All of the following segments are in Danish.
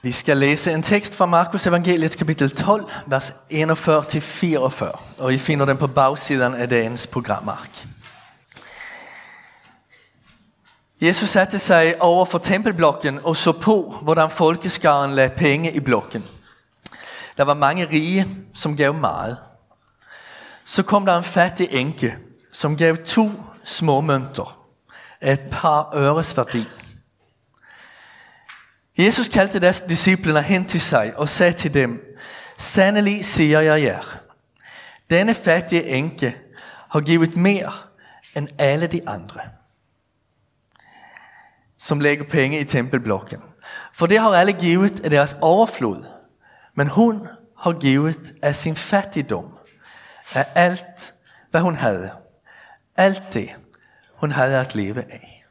Vi skal læse en tekst fra Markus evangeliet kapitel 12, vers 41-44, og I finder den på bagsiden af dagens programark. Jesus satte sig over for tempelblokken og så på, hvordan folkeskaren lagde penge i blokken. Der var mange rige, som gav meget. Så kom der en fattig enke, som gav 2 små mønter, et par øres værdi. Jesus kaldte deres disciplene hen til sig og sagde til dem: Sandelig siger jeg jer, denne fattige enke har givet mere end alle de andre, som lægger penge i tempelblokken. For det har alle givet af deres overflod, men hun har givet af sin fattigdom, af alt, hvad hun havde. Alt det, hun havde at leve af.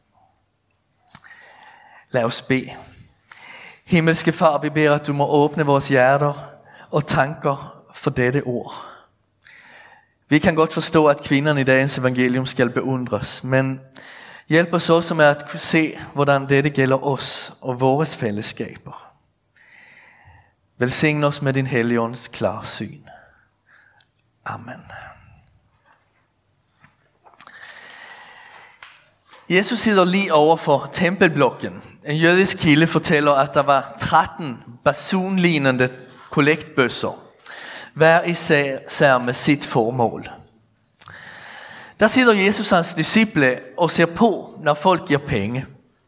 Lad os bede. Himmelske Far, vi beder, at du må åbne vores hjerter og tanker for dette ord. Vi kan godt forstå, at kvinderne i dagens evangelium skal beundres, men hjælp os også med at kunne se, hvordan dette gælder os og vores fællesskaber. Velsign os med din Helligånds klarsyn. Amen. Jesus sidder lige over for tempelblokken. En jødisk kilde fortæller, at der var 13 basunlignende kollektbøsser, hver især med sit formål. Der sidder Jesus og hans disciple og ser på, når folk giver penge.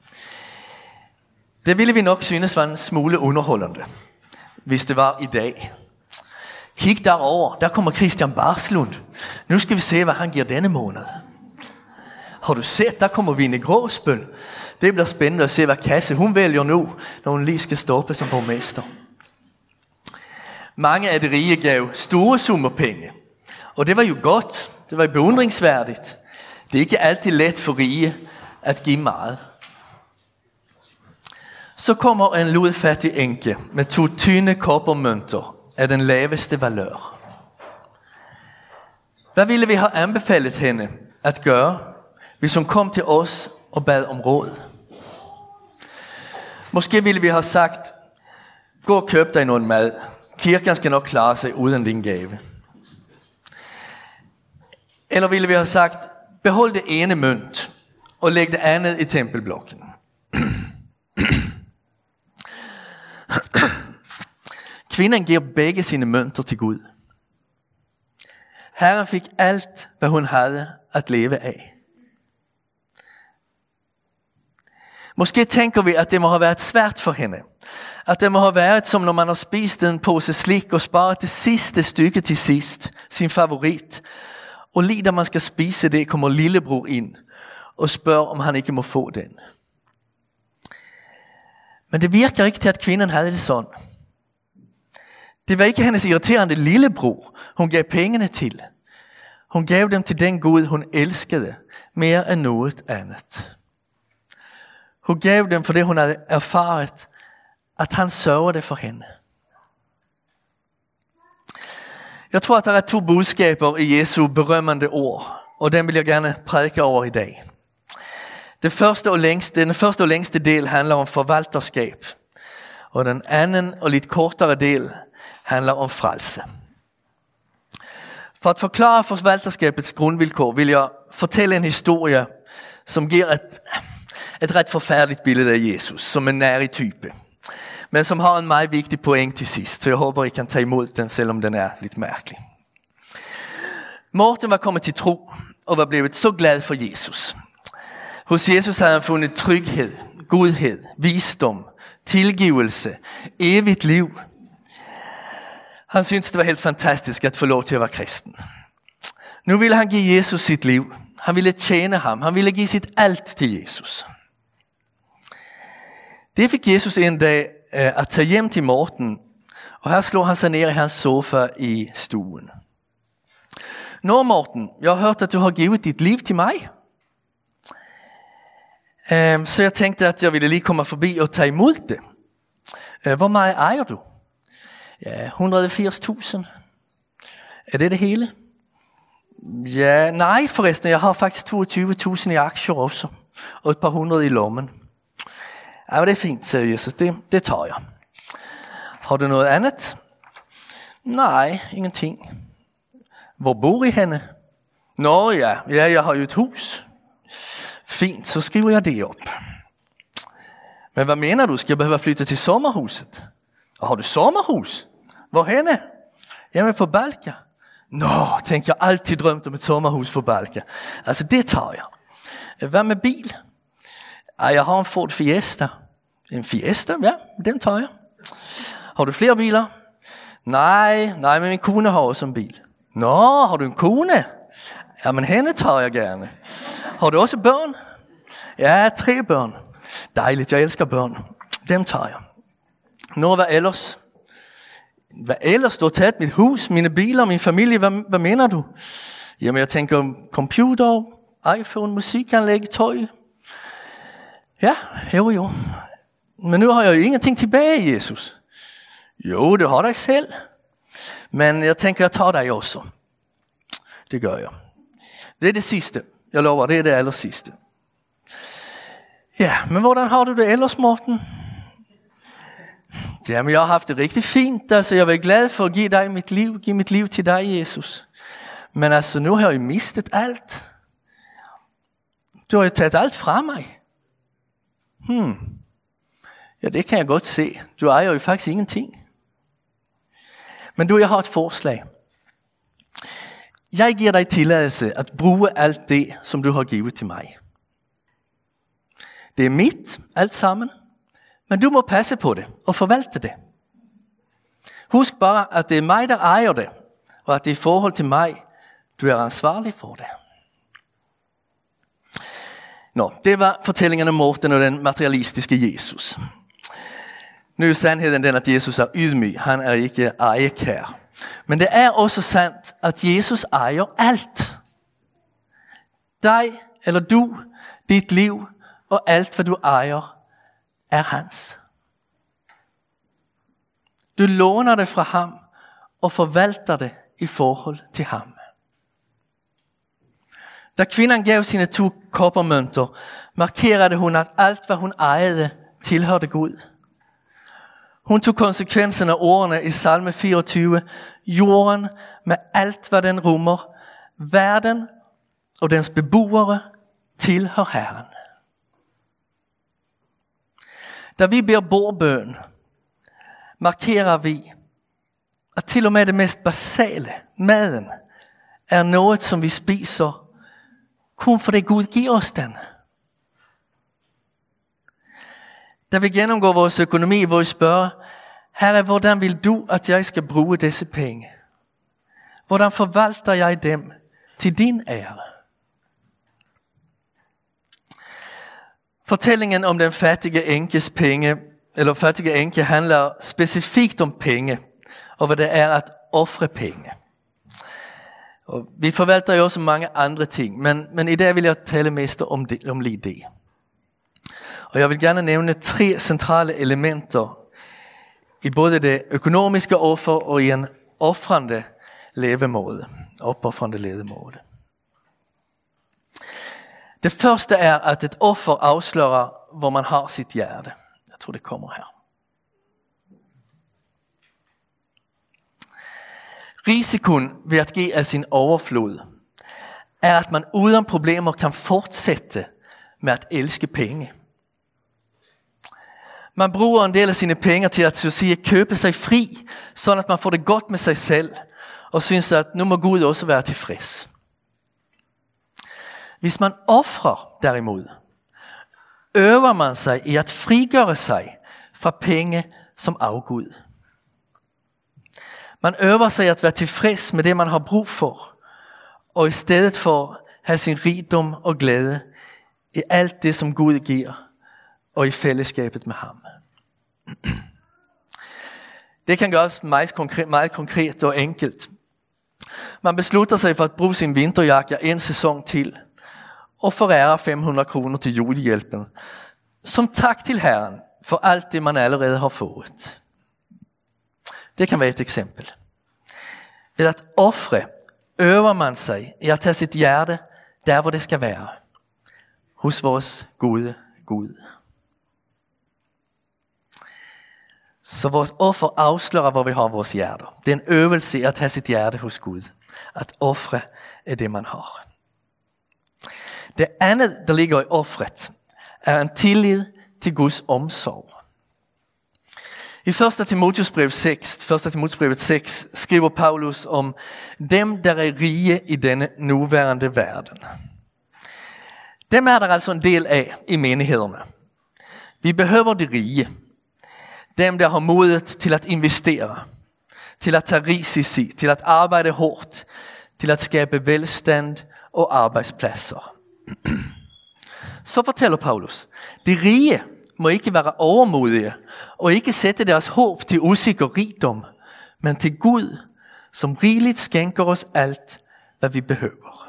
Det ville vi nok synes var en smule underholdende, hvis det var i dag. Kig derover, der kommer Christian Barslund. Nu skal vi se, hvad han giver denne måned. Har du set, der kommer Vine Gråsbøl. Det bliver spændende at se, hvad Kasse hun vælger nu, når hun lige skal stoppe som borgmester. Mange af de rige gav store summer penge. Og det var jo godt. Det var beundringsværdigt. Det er ikke altid let for rige at give meget. Så kommer en ludfattig enke med 2 tynde koppermønter af den laveste valør. Hvad ville vi have anbefalet hende at gøre, hvis hun kom til os og bad om råd? Måske ville vi have sagt: gå og køb dig noget mad. Kirken skal nok klare sig uden din gave. Eller ville vi have sagt: behold det ene mønt og læg det andet i tempelblokken. Kvinden giver begge sine mønter til Gud. Herren fik alt, hvad hun havde at leve af. Måske tænker vi, at det må have været svært for hende. At det må have været som når man har spist en pose slik og sparet det sidste stykke til sidst, sin favorit. Og lige da man skal spise det, kommer lillebror ind og spørger, om han ikke må få den. Men det virker ikke til, at kvinden havde det sådan. Det var ikke hendes irriterende lillebror, hun gav pengene til. Hun gav dem til den Gud, hun elskede, mere end noget andet. Hun gav dem, fordi hun havde erfaret, at han sørgede for hende. Jeg tror, at der er 2 budskaber i Jesu berømmende ord, og den vil jeg gerne prædike over i dag. Den første og længste del handler om forvalterskab, og den anden og lidt kortere del handler om frelse. For at forklare forvalterskabets grundvilkår vil jeg fortælle en historie, som giver et ret forfærdeligt billede af Jesus, som en nærig type, men som har en meget vigtig point til sidst, så jeg håber, I kan tage imod den, selvom den er lidt mærkelig. Morten var kommet til tro og var blevet så glad for Jesus. Hos Jesus havde han fundet tryghed, godhed, visdom, tilgivelse, evigt liv. Han syntes, det var helt fantastisk at få lov til at være kristen. Nu ville han give Jesus sit liv. Han ville tjene ham. Han ville give sit alt til Jesus. Det fik Jesus en dag at tage hjem til Morten, og her slog han sig ned i hans sofa i stuen. Nå Morten, jeg har hørt, at du har givet dit liv til mig. Så jeg tænkte, at jeg ville lige komme forbi og tage imod det. Hvor meget ejer du? Ja, 180.000. Er det det hele? Ja, nej forresten, jeg har faktisk 22.000 i aktier også, og et par hundrede i lommen. Ja, det er fint, sagde Jesus, det tager jeg. Har du noget andet? Nej, ingenting. Hvor bor I henne? Nå ja, jeg har jo et hus. Fint, så skriver jeg det op. Men hvad mener du? Skal jeg behøve flytte til sommerhuset? Og har du sommerhus? Hvor henne? Hjemme på Balka. Nå, tænker jeg altid drømt om et sommerhus på Balka. Altså det tager jeg. Hvad med bil? Jeg har en Ford Fiesta. En Fiesta? Ja, den tager jeg. Har du flere biler? Nej, men min kone har også en bil. Nå, har du en kone? Jamen hende tager jeg gerne. Har du også børn? Ja, 3 børn. Dejligt, jeg elsker børn. Dem tager jeg. Nå, hvad ellers? Hvad ellers? Du har taget mit hus, mine biler, min familie. Hvad mener du? Jamen jeg tænker computer, iPhone, musikanlæg, tøj. Ja, jo. Men nu har jeg jo ingenting tilbage, Jesus. Jo, det har dig selv. Men jeg tænker, jeg tager dig også. Det gør jeg. Det er det sidste. Jeg lover, det er det aller sidste. Ja, men hvordan har du det ellers, Morten? Jamen, jeg har haft det rigtig fint. Altså, jeg er glad for at give dig mit liv. Give mit liv til dig, Jesus. Men altså, nu har jeg mistet alt. Du har jo taget alt fra mig. Ja, det kan jeg godt se. Du ejer jo faktisk ingenting. Men du, jeg har et forslag. Jeg giver dig tilladelse at bruge alt det, som du har givet til mig. Det er mit, alt sammen. Men du må passe på det og forvalte det. Husk bare, at det er mig, der ejer det. Og at det er i forhold til mig, du er ansvarlig for det. Nå, det var fortællingen om Morten og den materialistiske Jesus. Nu er sandheden den, at Jesus er ydmyg. Han er ikke ejekær. Men det er også sandt, at Jesus ejer alt. Dig eller du, dit liv og alt, hvad du ejer, er hans. Du låner det fra ham og forvalter det i forhold til ham. Da kvinden gav sine 2 koppermønter, markerede hun, at alt, hvad hun ejede, tilhørte Gud. Hun tog konsekvensen af ordene i salme 24. Jorden med alt, hvad den rummer, verden og dens beboere tilhører Herren. Da vi beder bordbøn, markerer vi, at til og med det mest basale, maden, er noget, som vi spiser, kun fordi Gud giver os den. Da vi gennemgår vores økonomi, hvor vi spørger, Herre, hvordan vil du, at jeg skal bruge disse penge? Hvordan forvalter jeg dem til din ære? Fortællingen om den fattige enkes penge, eller fattige enke, handler specifikt om penge, og hvad det er at ofre penge. Og vi forvalter jo også mange andre ting, men i dag vil jeg tale mest om lige det. Og jeg vil gerne nævne 3 centrale elementer i både det økonomiske offer og i en offrende levemåde. Det første er, at et offer afslører, hvor man har sit hjerte. Jeg tror, det kommer her. Risikoen ved at give af sin overflod er, at man uden problemer kan fortsætte med at elske penge. Man bruger en del af sine penge til at så sige, købe sig fri, så at man får det godt med sig selv, og synes, at nu må Gud også være tilfreds. Hvis man offrer derimod, øver man sig i at frigøre sig fra penge som afgud. Man øver sig at være tilfreds med det, man har brug for, og i stedet for have sin rigdom og glæde i alt det, som Gud giver, og i fællesskabet med ham. Det kan gøres meget konkret og enkelt. Man beslutter sig for at bruge sin vinterjakke en sæson til, og forærer 500 kroner til julehjælpen, som tak til Herren for alt det, man allerede har fået. Det kan være et eksempel. Ved at ofre øver man sig i at tage sit hjerte der, hvor det skal være. Hos vores gode Gud. Så vores offer afslører, hvor vi har vores hjerter. Det er en øvelse i at have sit hjerte hos Gud. At ofre er det, man har. Det andet, der ligger i offret, er en tillid til Guds omsorg. I 1. Timotheusbrevet 6 skriver Paulus om dem, der er rige i denne nuværende verden. Dem er der altså en del af i menighederne. Vi behøver de rige. Dem, der har modet til at investere, til at tage risici, til at arbejde hårdt, til at skabe velstand og arbejdspladser. Så fortæller Paulus, de rige må ikke være overmodige og ikke sætte deres håb til usikker rigdom, men til Gud, som rigeligt skænker os alt, hvad vi behøver.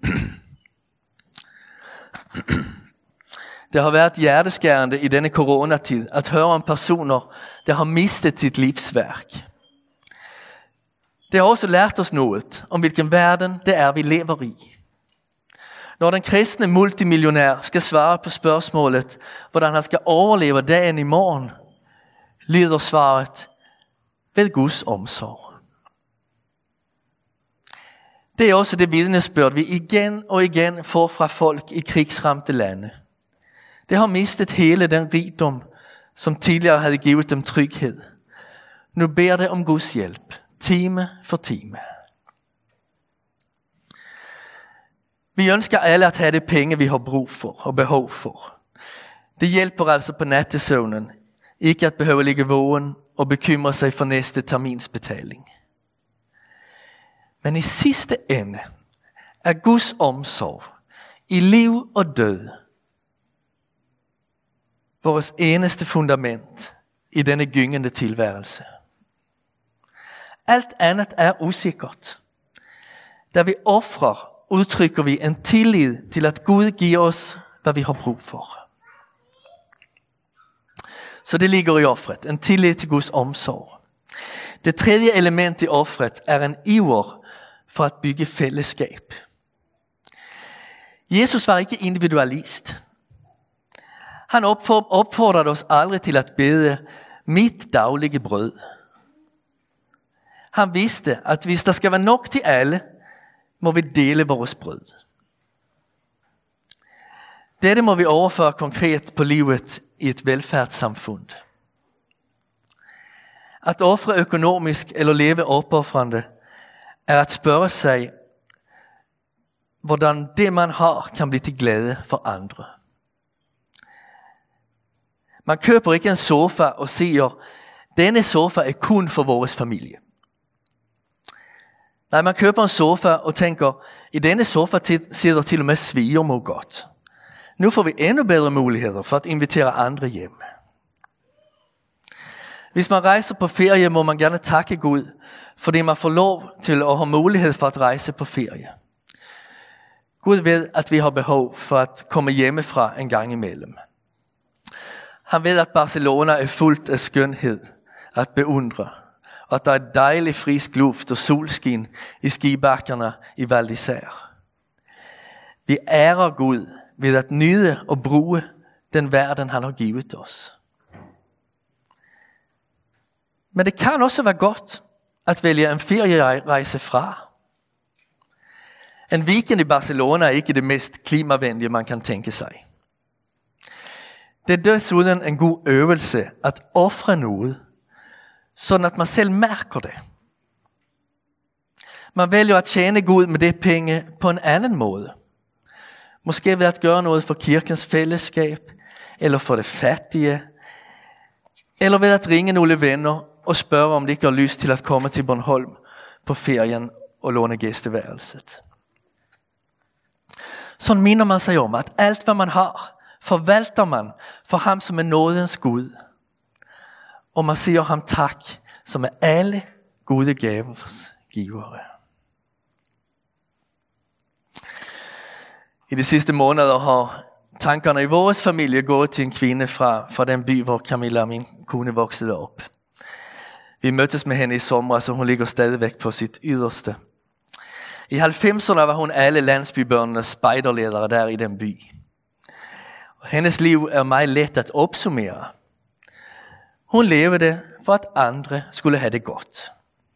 Det har været hjerteskærende i denne coronatid at høre om personer, der har mistet sit livsværk. Det har også lært os noget om hvilken verden det er, vi lever i. Når den kristne multimillionær skal svare på spørgsmålet, hvordan han skal overleve dagen i morgen, lyder svaret ved Guds omsorg. Det er også det vidnesbyrd, vi igen og igen får fra folk i krigsramte lande. Det har mistet hele den rigdom, som tidligere havde givet dem tryghed. Nu beder det om Guds hjælp, time for time. Vi ønsker alle at have det penge, vi har brug for og behov for. Det hjælper altså på nattesøvnen, ikke at behøve ligge vågen og bekymre sig for næste terminsbetaling. Men i sidste ende er Guds omsorg i liv og død vores eneste fundament i denne gyngende tilværelse. Alt andet er usikkert. Da vi offrer, udtrykker vi en tillid til at Gud giver os, hvad vi har brug for. Så det ligger i offret, en tillid til Guds omsorg. Det tredje element i offret er en iver for at bygge fællesskab. Jesus var ikke individualist. Han opfordrede os aldrig til at bede mit daglige brød. Han vidste, at hvis der skal være nok til alle, må vi dele vores brød. Dette må vi overføre konkret på livet i et velfærdssamfund. At ofre økonomisk eller leve opoffrende er at spørge sig, hvordan det man har kan blive til glæde for andre. Man køber ikke en sofa og siger, denne sofa er kun for vores familie. Nej, man køber en sofa og tænker, i denne sofa sidder til og med svigermor godt. Nu får vi endnu bedre muligheder for at invitere andre hjem. Hvis man rejser på ferie, må man gerne takke Gud, fordi man får lov til at have mulighed for at rejse på ferie. Gud ved, at vi har behov for at komme hjemmefra en gang imellem. Han ved, at Barcelona er fuldt af skønhed at beundre, og at der er dejlig frisk luft og solskin i skibakkerne i Val d'Isère. Vi ærer Gud ved at nyde og bruge den verden, han har givet os. Men det kan også være godt at vælge en ferierejse fra. En weekend i Barcelona er ikke det mest klimavenlige, man kan tænke sig. Det er desuden en god øvelse at ofre noget, sådan at man selv mærker det. Man vælger at tjene Gud med det penge på en anden måde. Måske ved at gøre noget for kirkens fællesskab, eller for det fattige, eller ved at ringe nogle venner og spørge, om de ikke har lyst til at komme til Bornholm på ferien og låne gæsteværelset. Sådan minder man sig om, at alt hvad man har, forvalter man for ham, som er nådens Gud. Og man siger ham tak, som er alle gode gavers givere. I de sidste måneder har tankerne i vores familie gået til en kvinde fra den by, hvor Camilla, min kone, voksede op. Vi mødtes med hende i sommer, så hun ligger stadigvæk på sit yderste. I 90'erne var hun alle landsbybørnenes spejderledere der i den by. Og hendes liv er meget let at opsummere. Hun levede for at andre skulle have det godt.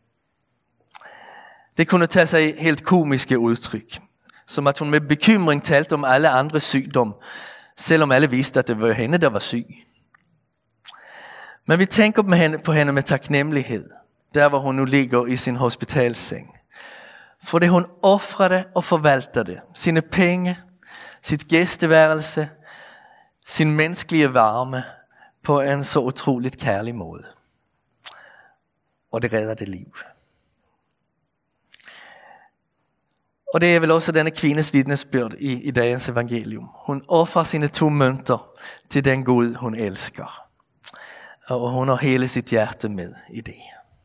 Det kunne tage sig helt komiske udtryk, som at hun med bekymring talte om alle andres sygdom, selvom alle vidste, at det var hende, der var syg. Men vi tænker på hende med taknemmelighed, der hvor hun nu ligger i sin hospitalseng. For det hun offrede og forvaltede sine penge, sit gæsteværelse, sin menneskelige varme på en så utroligt kærlig måde. Og det redder det liv. Og det er vel også denne kvindes vidnesbyrd i dagens evangelium. Hun offrer sine 2 mønter til den Gud, hun elsker. Og hun har hele sit hjerte med i det.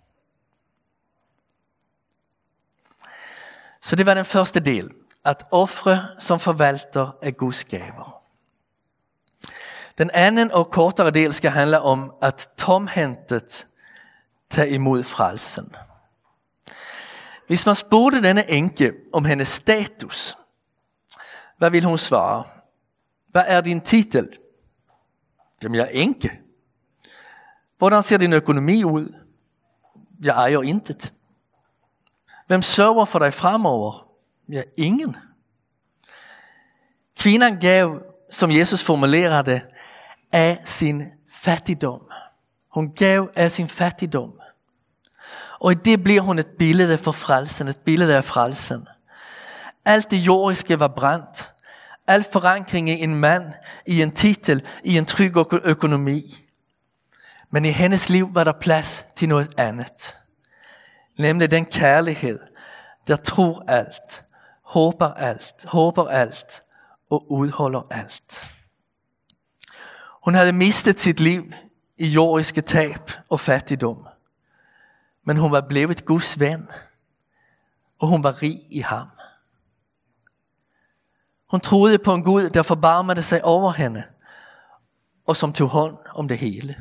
Så det var den første del. At ofre som forvalter af Guds gaver. Den anden og kortere del skal handle om at tomhæntet tage imod frelsen. Hvis man spurgte denne enke om hendes status, hvad vil hun svare? Hvad er din titel? Jamen, jeg er enke. Hvordan ser din økonomi ud? Jeg ejer intet. Hvem sørger for dig fremover? Ja, ingen. Kvinden gav, som Jesus formulerer det, af sin fattigdom. Hun gav af sin fattigdom. Og i det bliver hun et billede for frelsen, et billede af frelsen. Alt det jordiske var brændt. Al forankring i en mand, i en titel, i en tryg økonomi. Men i hendes liv var der plads til noget andet. Nemlig den kærlighed, der tror alt, håber alt og udholder alt. Hun havde mistet sit liv i jordiske tab og fattigdom. Men hun var blevet Guds ven, og hun var rig i ham. Hun troede på en Gud, der forbarmede sig over hende, og som tog hånd om det hele.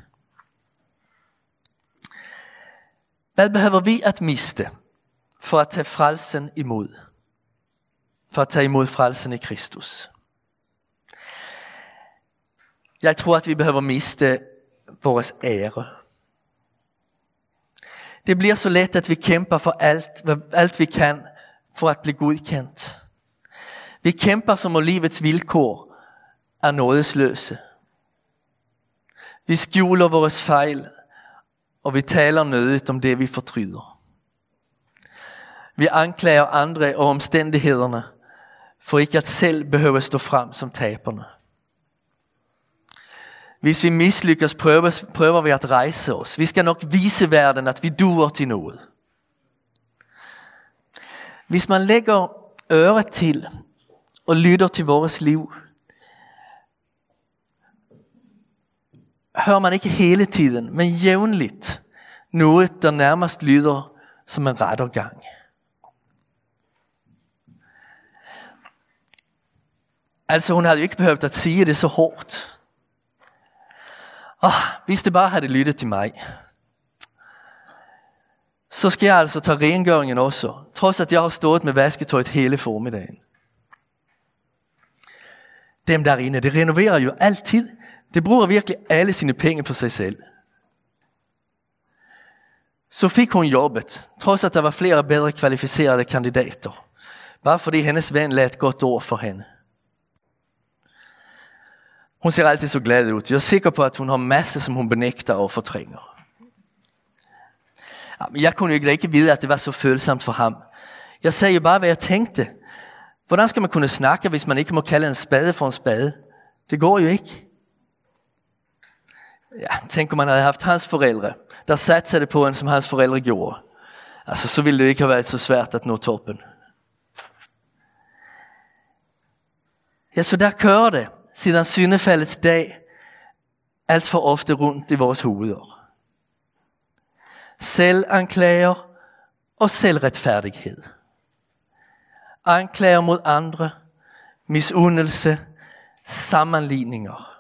Hvad behøver vi at miste for at tage frelsen imod? For at tage imod frelsen i Kristus? Jeg tror, at vi behøver miste vores ære. Det bliver så let, at vi kæmper for alt vi kan for at blive godkendt. Vi kæmper som om livets vilkår er nådesløse. Vi skjuler vores fejl, og vi taler nødigt om det, vi fortryder. Vi anklager andre og omstændighederne, for ikke at selv behøve stå frem som taberne. Hvis vi mislykkes, prøver vi at rejse os. Vi skal nok vise verden, at vi duer til noget. Hvis man lægger øret til og lytter til vores liv, hører man ikke hele tiden, men jævnligt noget, der nærmest lyder som en rettergang. Altså, hun havde jo ikke behøvet at sige det så hårdt. Hvis det bare havde lyttet til mig, så skal jeg altså tage rengøringen også, trods at jeg har stået med vasketøjet hele formiddagen. Dem derinde, det renoverer jo altid. Det bruger virkelig alle sine penge på sig selv. Så fik hun jobbet, trods at der var flere bedre kvalificerede kandidater. Bare fordi hendes ven lagde et godt ord for hende. Hun ser altid så glad ud. Jeg er sikker på, at hun har masser, som hun benægter og fortrænger. Ja, men jeg kunne jo ikke vide, at det var så følsomt for ham. Jeg sagde jo bare, hvad jeg tænkte. Hvordan skal man kunne snakke, hvis man ikke må kalde en spade for en spade? Det går jo ikke. Ja, tænk om man havde haft hans forældre, der satte det på en, som hans forældre gjorde. Altså, så ville det ikke have været så svært at nå toppen. Ja, så der kører det, siden syndefaldets dag, alt for ofte rundt i vores hoveder. Selvanklager og selvretfærdighed. Anklager mod andre, misundelse, sammenligninger.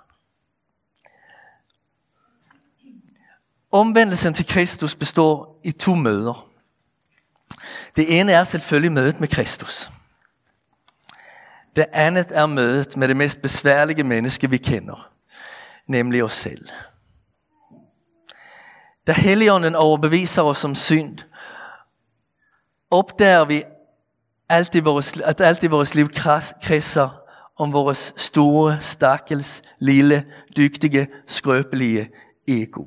Omvendelsen til Kristus består i 2 møder. Det ene er selvfølgelig mødet med Kristus. Det andet er mødet med det mest besværlige menneske, vi kender, nemlig os selv. Da Helligånden overbeviser os om synd, opdager vi at alt i vores liv kredser om vores store, stakkels, lille, dygtige, skrøbelige ego.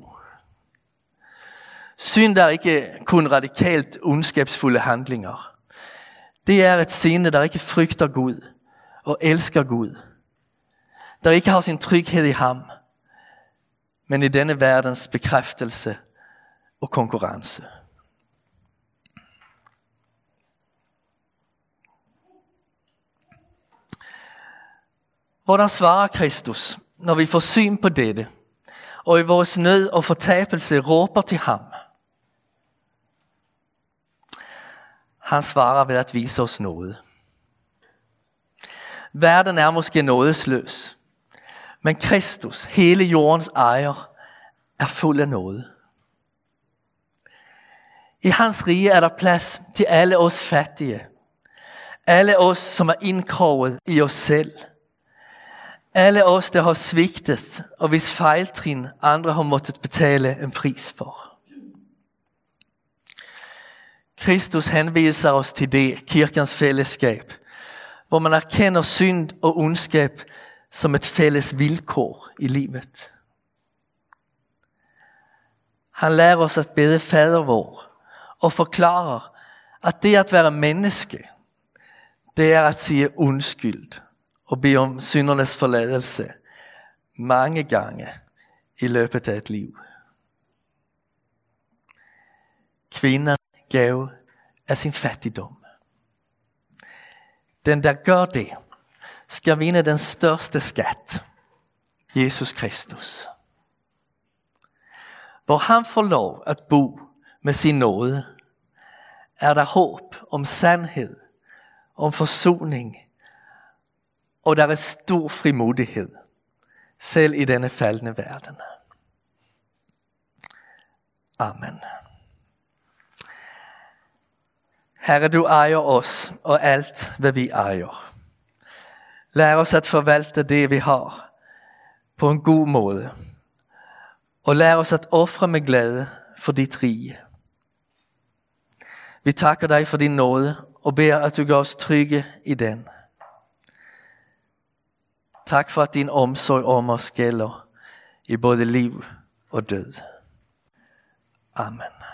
Synd er ikke kun radikalt ondskabsfulde handlinger. Det er et sinde, der ikke frygter Gud og elsker Gud. Der ikke har sin tryghed i ham, men i denne verdens bekræftelse og konkurrence. Hvordan svarer Kristus, når vi får syn på dette, og i vores nød og fortabelse råber til ham? Han svarer ved at vise os nåde. Verden er måske nådesløs, men Kristus, hele jordens ejer, er fuld af nåde. I hans rige er der plads til alle os fattige, alle os, som er indkroget i os selv, alle os, der har svigtet, og hvis fejltrin andre har måttet betale en pris for. Kristus henviser os til det, kirkens fællesskab, hvor man erkender synd og ondskab som et fælles vilkår i livet. Han lærer os at bede Fader vor, og forklarer, at det at være menneske, det er at sige undskyld og bede om syndernes forladelse mange gange i løbet af et liv. Kvinden gav af sin fattigdom. Den, der gør det, skal vinde den største skat, Jesus Kristus. Hvor han får lov at bo med sin nåde, er der håb om sandhed, om forsoning, og der er stor frimodighed, selv i denne faldne verden. Amen. Herre, du ejer os og alt, hvad vi ejer. Lær os at forvalte det, vi har, på en god måde. Og lær os at ofre med glæde for dit rige. Vi takker dig for din nåde og beder, at du gør os trygge i den. Tak for, at din omsorg om os gælder i både liv og død. Amen.